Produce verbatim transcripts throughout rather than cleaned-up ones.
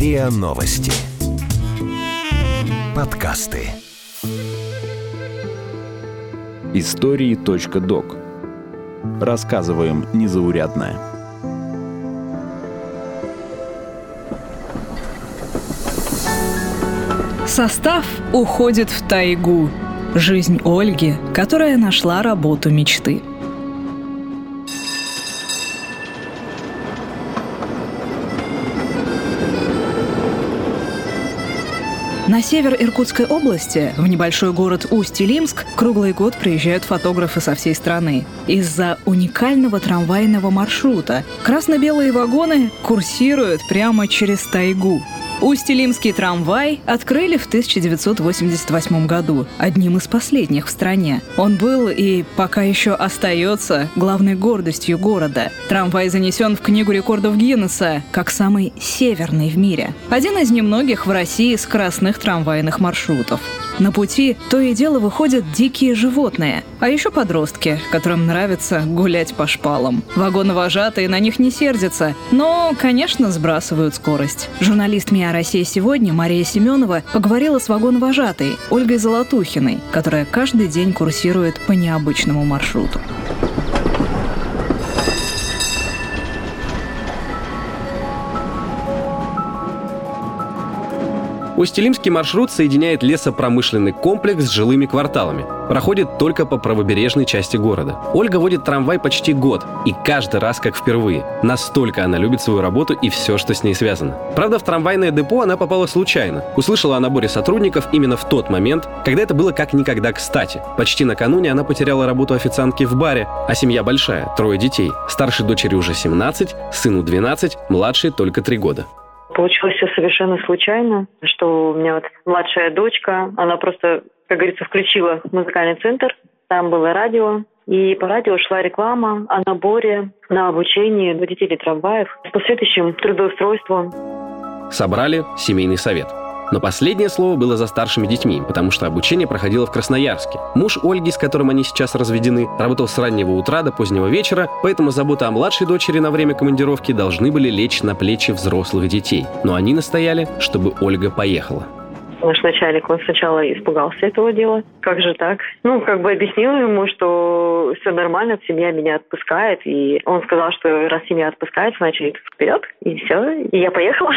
РИА Новости. Подкасты. Истории.док. Рассказываем незаурядное. Состав уходит в тайгу. Жизнь Ольги, которая нашла работу мечты. На север Иркутской области, в небольшой город Усть-Илимск, круглый год приезжают фотографы со всей страны. Из-за уникального трамвайного маршрута красно-белые вагоны курсируют прямо через тайгу. Усть-Илимский трамвай открыли в тысяча девятьсот восемьдесят восьмом году, одним из последних в стране. Он был и пока еще остается главной гордостью города. Трамвай занесен в Книгу рекордов Гиннесса как самый северный в мире. Один из немногих в России скоростных трамвайных маршрутов. На пути то и дело выходят дикие животные, а еще подростки, которым нравится гулять по шпалам. Вагоновожатые на них не сердятся, но, конечно, сбрасывают скорость. Журналист МИА «Россия сегодня» Мария Семенова поговорила с вагоновожатой Ольгой Золотухиной, которая каждый день курсирует по необычному маршруту. Усть-Илимский маршрут соединяет лесопромышленный комплекс с жилыми кварталами. Проходит только по правобережной части города. Ольга водит трамвай почти год, и каждый раз как впервые. Настолько она любит свою работу и все, что с ней связано. Правда, в трамвайное депо она попала случайно. Услышала о наборе сотрудников именно в тот момент, когда это было как никогда кстати. Почти накануне она потеряла работу официантки в баре, а семья большая, трое детей. Старшей дочери уже семнадцать, сыну двенадцать, младшей только три года. Получилось все совершенно случайно, что у меня вот младшая дочка, она просто, как говорится, включила музыкальный центр, там было радио, и по радио шла реклама о наборе на обучение водителей трамваев с последующим трудоустройством. Собрали семейный совет. Но последнее слово было за старшими детьми, потому что обучение проходило в Красноярске. Муж Ольги, с которым они сейчас разведены, работал с раннего утра до позднего вечера, поэтому заботы о младшей дочери на время командировки должны были лечь на плечи взрослых детей. Но они настояли, чтобы Ольга поехала. Наш начальник, он сначала испугался этого дела. Как же так? Ну, как бы объяснил ему, что все нормально, семья меня отпускает. И он сказал, что раз семья отпускает, значит, вперед, и все. И я поехала.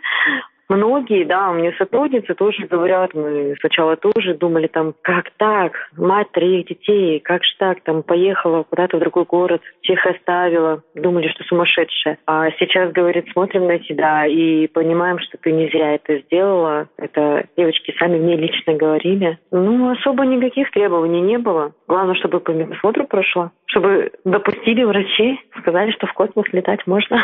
Многие, да, у меня сотрудницы тоже говорят, мы сначала тоже думали, там, как так, мать троих детей, как же так, там, поехала куда-то в другой город, всех оставила, думали, что сумасшедшая. А сейчас, говорит, смотрим на тебя и понимаем, что ты не зря это сделала. Это девочки сами мне лично говорили. Ну, особо никаких требований не было. Главное, чтобы по медосмотру прошло, чтобы допустили врачи, сказали, что в космос летать можно.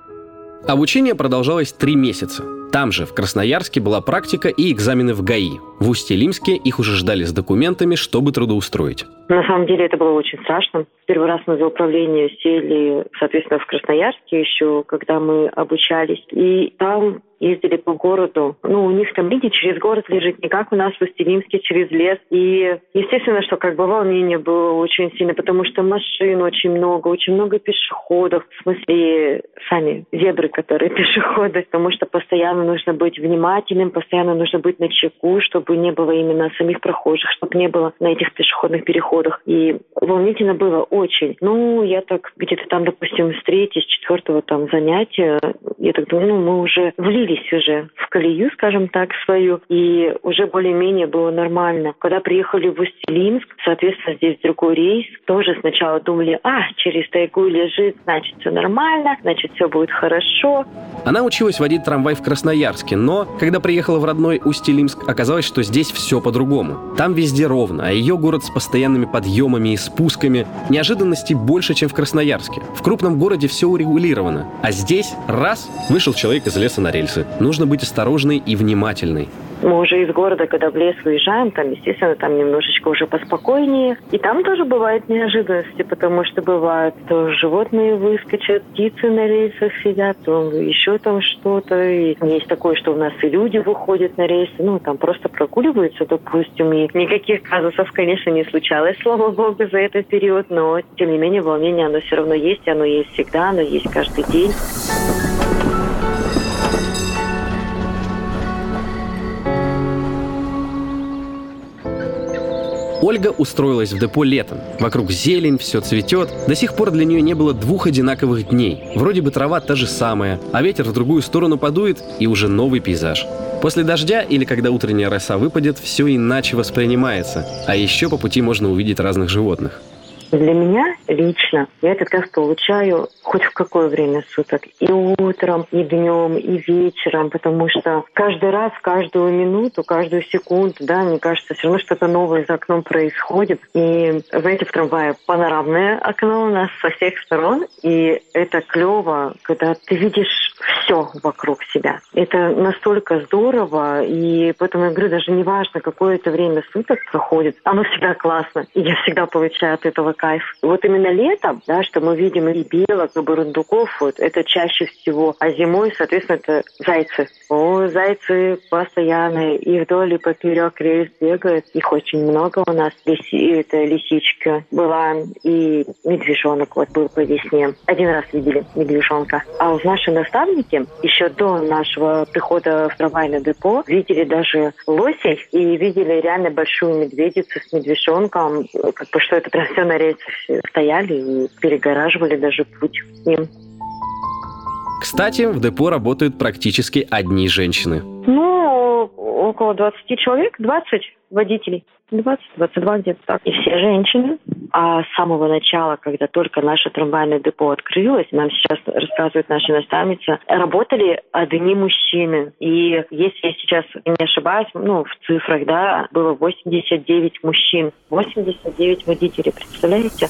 Обучение продолжалось три месяца. Там же, в Красноярске, была практика и экзамены в ГАИ. В Усть-Илимске их уже ждали с документами, чтобы трудоустроить. На самом деле это было очень страшно. Первый раз мы за управление сели, соответственно, в Красноярске еще, когда мы обучались. И там ездили по городу. Ну, у них там линия через город лежит, не как у нас в Усть-Илимске, через лес. И, естественно, что как бы волнение было очень сильно, потому что машин очень много, очень много пешеходов. В смысле, сами зебры, которые пешеходы. Потому что постоянно нужно быть внимательным, постоянно нужно быть начеку, чтобы не было именно самих прохожих, чтобы не было на этих пешеходных переходах. И волнительно было очень. Ну, я так где-то там, допустим, с третьего, с четвертого там занятия, я так думаю, ну, мы уже влились уже в колею, скажем так, свою, и уже более-менее было нормально. Когда приехали в Усть-Илимск, соответственно, здесь другой рейс, тоже сначала думали, а, через тайгу лежит, значит, все нормально, значит, все будет хорошо. Она училась водить трамвай в Красноярске, но, когда приехала в родной Усть-Илимск, оказалось, что здесь все по-другому. Там везде ровно, а ее город с постоянными подъемами и спусками. Неожиданностей больше, чем в Красноярске. В крупном городе все урегулировано. А здесь, раз, вышел человек из леса на рельсы. Нужно быть осторожной и внимательной. Мы уже из города, когда в лес выезжаем, там, естественно, там немножечко уже поспокойнее. И там тоже бывают неожиданности, потому что бывает, то животные выскочат, птицы на рельсах сидят, то еще там что-то. И есть такое, что у нас и люди выходят на рельсы, ну, там просто прогуливаются, допустим. И никаких казусов, конечно, не случалось, слава богу, за этот период. Но, тем не менее, волнение, оно все равно есть, оно есть всегда, оно есть каждый день. Ольга устроилась в депо летом. Вокруг зелень, все цветет. До сих пор для нее не было двух одинаковых дней. Вроде бы трава та же самая, а ветер в другую сторону подует, и уже новый пейзаж. После дождя или когда утренняя роса выпадет, все иначе воспринимается. А еще по пути можно увидеть разных животных. Для меня лично я этот газ получаю хоть в какое время суток. И утром, и днем, и вечером, потому что каждый раз, каждую минуту, каждую секунду, да, мне кажется, все равно что-то новое за окном происходит. И, знаете, в трамвае панорамное окно у нас со всех сторон, и это клево, когда ты видишь все вокруг себя. Это настолько здорово, и поэтому я говорю, даже не важно, какое это время суток проходит, оно всегда классно, и я всегда получаю от этого кайф. Вот именно летом, да, что мы видим и белок, и бурундуков, вот, это чаще всего. А зимой, соответственно, это зайцы. О, зайцы постоянно и вдоль, и поперек рельс бегают. Их очень много у нас. Лиси, это лисичка была, и медвежонок вот был по весне. Один раз видели медвежонка. А вот наши наставники еще до нашего прихода в трамвайное депо видели даже лосей и видели реально большую медведицу с медвежонком. Как бы что это прям все на рельсах стояли и перегораживали даже путь к ним. Кстати, в депо работают практически одни женщины. Ну, около двадцати человек, двадцать водителей. двадцать-двадцать два где-то так. И все женщины. А с самого начала, когда только наше трамвайное депо открылось, нам сейчас рассказывает наша наставница, работали одни мужчины. И если я сейчас не ошибаюсь, ну, в цифрах, да, было восемьдесят девять мужчин, восемьдесят девять водителей, представляете?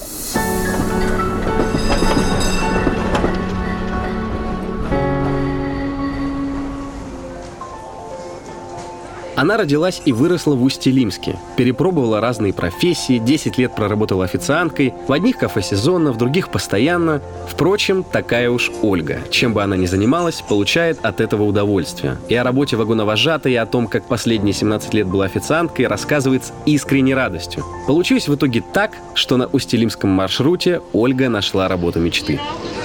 Она родилась и выросла в Усть-Илимске. Перепробовала разные профессии, десять лет проработала официанткой, в одних кафе сезонно, в других постоянно. Впрочем, такая уж Ольга. Чем бы она ни занималась, получает от этого удовольствие. И о работе вагоновожатой, и о том, как последние семнадцать лет была официанткой, рассказывает с искренней радостью. Получилось в итоге так, что на Усть-Илимском маршруте Ольга нашла работу мечты.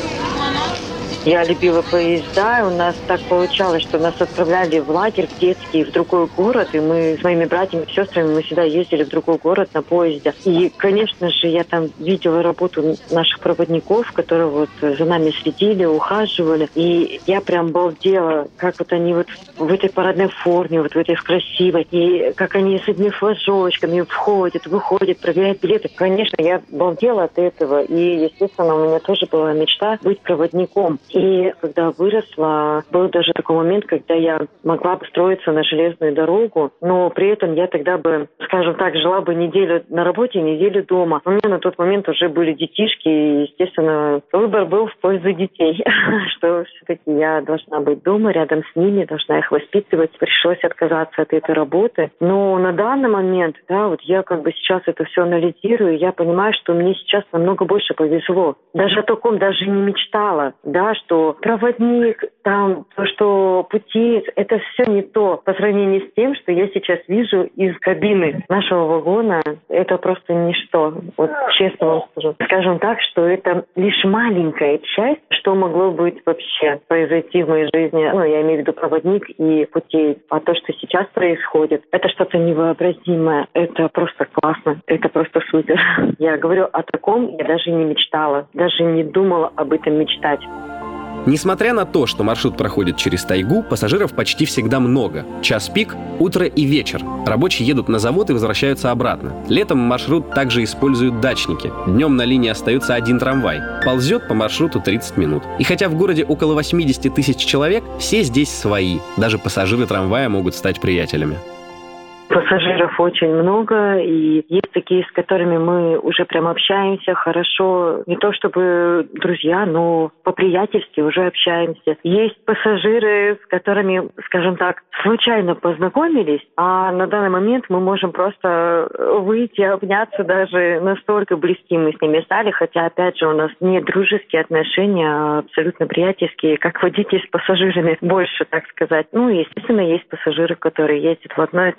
Я любила поезда, у нас так получалось, что нас отправляли в лагерь, в детский, в другой город, и мы с моими братьями и сестрами, мы всегда ездили в другой город на поезде. И, конечно же, я там видела работу наших проводников, которые вот за нами следили, ухаживали, и я прям балдела, как вот они вот в этой парадной форме, вот в этой красивой, и как они с этими флажочками входят, выходят, проверяют билеты. Конечно, я балдела от этого, и, естественно, у меня тоже была мечта быть проводником. И когда выросла, был даже такой момент, когда я могла бы строиться на железную дорогу, но при этом я тогда бы, скажем так, жила бы неделю на работе, неделю дома. У меня на тот момент уже были детишки, и, естественно, выбор был в пользу детей, что все-таки я должна быть дома, рядом с ними, должна их воспитывать. Пришлось отказаться от этой работы. Но на данный момент, да, вот я как бы сейчас это все анализирую, и я понимаю, что мне сейчас намного больше повезло. Даже о таком даже не мечтала, да, что проводник, там, то, что путеец, это все не то по сравнению с тем, что я сейчас вижу из кабины нашего вагона. Это просто ничто. Вот честно вам скажу. Скажем так, что это лишь маленькая часть, что могло быть вообще произойти в моей жизни. Ну, я имею в виду проводник и путеец. А то, что сейчас происходит, это что-то невообразимое. Это просто классно. Это просто супер. Я говорю о таком, я даже не мечтала. Даже не думала об этом мечтать. Несмотря на то, что маршрут проходит через тайгу, пассажиров почти всегда много. Час пик, утро и вечер. Рабочие едут на завод и возвращаются обратно. Летом маршрут также используют дачники. Днем на линии остается один трамвай. Ползет по маршруту тридцать минут. И хотя в городе около восемьдесят тысяч человек, все здесь свои. Даже пассажиры трамвая могут стать приятелями. Пассажиров очень много, и есть такие, с которыми мы уже прям общаемся хорошо. Не то чтобы друзья, но по-приятельски уже общаемся. Есть пассажиры, с которыми, скажем так, случайно познакомились, а на данный момент мы можем просто выйти, обняться, даже настолько близки мы с ними стали, хотя, опять же, у нас не дружеские отношения, а абсолютно приятельские, как водитель с пассажирами, больше, так сказать. Ну, естественно, есть пассажиры, которые ездят в одно и то же время,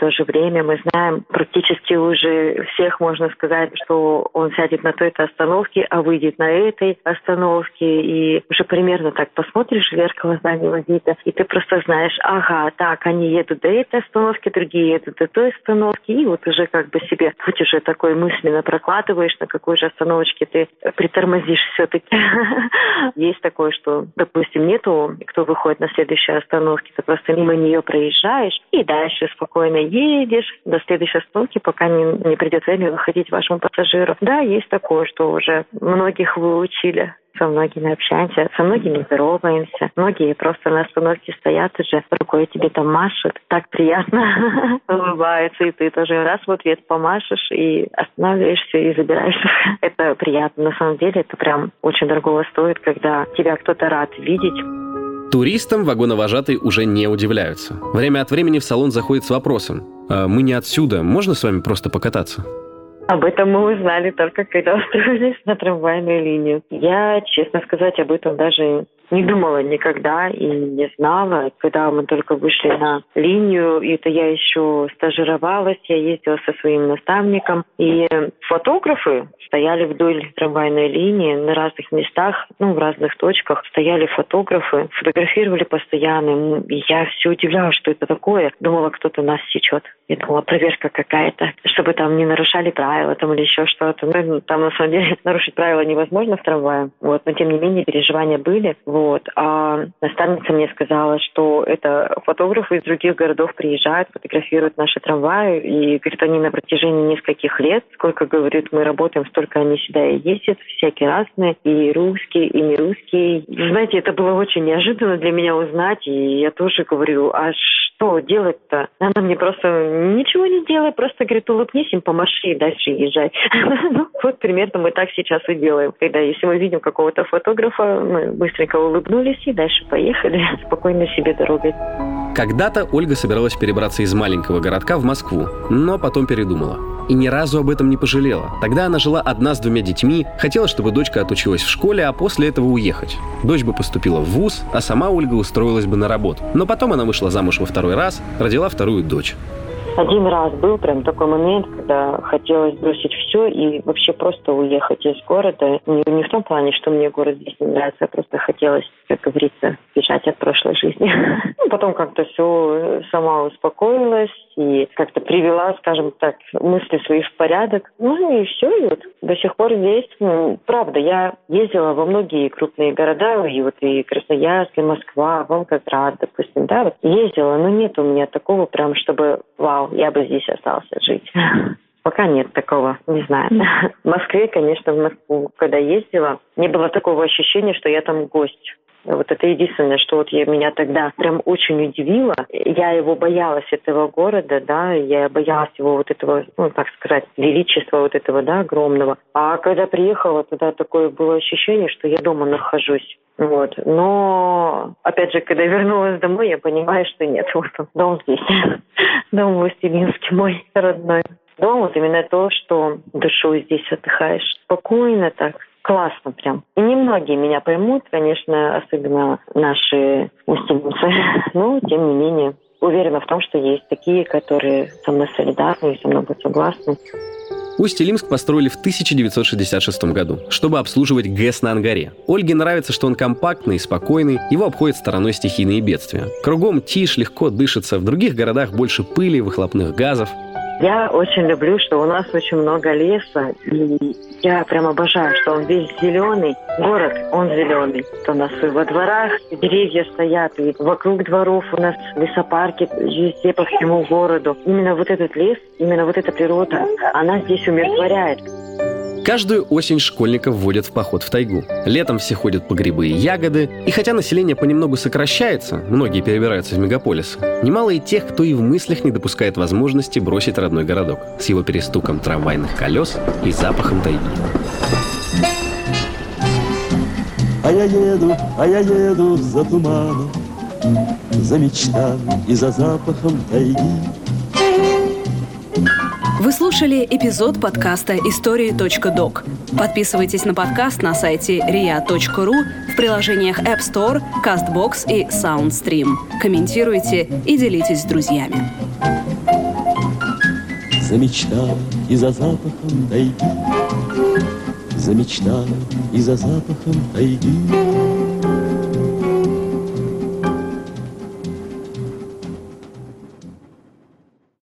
время, мы знаем практически уже всех, можно сказать, что он сядет на той-то остановке, а выйдет на этой остановке, и уже примерно так посмотришь в зеркало заднего вида, и ты просто знаешь, ага, так, они едут до этой остановки, другие едут до той остановки, и вот уже как бы себе путь уже такой мысленно прокладываешь, на какой же остановочке ты притормозишь все-таки. Есть такое, что, допустим, нету, кто выходит на следующей остановке, ты просто мимо нее проезжаешь и дальше спокойно едешь до следующей остановки, пока не, не придет время выходить вашему пассажиру. Да, есть такое, что уже многих выучили. Со многими общаемся, со многими здороваемся. Многие просто на остановке стоят уже, рукой тебе там машут. Так приятно улыбаются, и ты тоже раз в ответ помашешь и останавливаешься и забираешься. Это приятно. На самом деле это прям очень дорого стоит, когда тебя кто-то рад видеть. Туристам вагоновожатые уже не удивляются. Время от времени в салон заходит с вопросом: «А мы не отсюда, можно с вами просто покататься?» Об этом мы узнали только когда устроились на трамвайную линию. Я, честно сказать, об этом даже не думала никогда и не знала. Когда мы только вышли на линию, это я еще стажировалась, я ездила со своим наставником, и фотографы стояли вдоль трамвайной линии на разных местах, ну, в разных точках. Стояли фотографы, фотографировали постоянно. И я все удивлялась, что это такое. Думала, кто-то нас сечет. Я думала, проверка какая-то, чтобы там не нарушали правила там, или еще что-то. Ну, там, на самом деле, нарушить правила невозможно в трамвае. Вот. Но, тем не менее, переживания были. Вот. А наставница мне сказала, что это фотографы из других городов приезжают, фотографируют наши трамваи. И, говорит, они на протяжении нескольких лет, сколько, говорит, мы работаем, столько они сюда и ездят, всякие разные, и русские, и не русские. Знаете, это было очень неожиданно для меня узнать. И я тоже говорю, а что делать-то? Она мне просто ничего не делает, просто, говорит, улыбнись им, помаши и дальше езжай. Ну, вот примерно мы так сейчас и делаем. Когда, если мы видим какого-то фотографа, мы быстренько улыбнулись и дальше поехали спокойно себе дорогой. Когда-то Ольга собиралась перебраться из маленького городка в Москву, но потом передумала. И ни разу об этом не пожалела. Тогда она жила одна с двумя детьми, хотела, чтобы дочка отучилась в школе, а после этого уехать. Дочь бы поступила в вуз, а сама Ольга устроилась бы на работу. Но потом она вышла замуж во второй раз, родила вторую дочь. Один раз был прям такой момент, когда хотелось бросить все и вообще просто уехать из города. Не, не в том плане, что мне город здесь не нравится, а просто хотелось, как говорится, бежать от прошлой жизни. Ну, потом как-то все сама успокоилась и как-то привела, скажем так, мысли свои в порядок. Ну и все, и вот до сих пор здесь. Ну, правда, я ездила во многие крупные города, и вот и Красноярск, и Москва, Волгоград, допустим, да, вот ездила, но нет у меня такого прям, чтобы вау, я бы здесь остался жить. Пока нет такого, не знаю. В Москве, конечно, в Москву, когда ездила, не было такого ощущения, что я там гость. Вот это единственное, что вот я, меня тогда прям очень удивило. Я его боялась, этого города, да, я боялась его вот этого, ну, так сказать, величества вот этого, да, огромного. А когда приехала туда, такое было ощущение, что я дома нахожусь. Вот. Но, опять же, когда я вернулась домой, я понимаю, что нет, вот он, дом здесь. Дом в Усть-Илимске мой родной. Дом вот именно то, что душой здесь отдыхаешь. Спокойно так. Классно прям. И немногие меня поймут, конечно, особенно наши устилимцы. Но, тем не менее, уверена в том, что есть такие, которые со мной солидарны и со мной будут согласны. Усть-Илимск построили в тысяча девятьсот шестьдесят шестом году, чтобы обслуживать ГЭС на Ангаре. Ольге нравится, что он компактный, спокойный, его обходят стороной стихийные бедствия. Кругом тишь, легко дышится, в других городах больше пыли, выхлопных газов. Я очень люблю, что у нас очень много леса, и я прям обожаю, что он весь зеленый. Город, он зеленый. То у нас и во дворах деревья стоят, и вокруг дворов у нас лесопарки везде по всему городу. Именно вот этот лес, именно вот эта природа, она здесь умиротворяет. Каждую осень школьников вводят в поход в тайгу. Летом все ходят по грибы и ягоды. И хотя население понемногу сокращается, многие перебираются в мегаполисы, немало и тех, кто и в мыслях не допускает возможности бросить родной городок с его перестуком трамвайных колес и запахом тайги. А я еду, а я еду за туманом, за мечтами и за запахом тайги. Вы слушали эпизод подкаста истории точка док. Подписывайтесь на подкаст на сайте риа точка ру, в приложениях App Store, CastBox и SoundStream. Комментируйте и делитесь с друзьями. Замечтала и за запахом тайги, замечтала и за запахом тайги.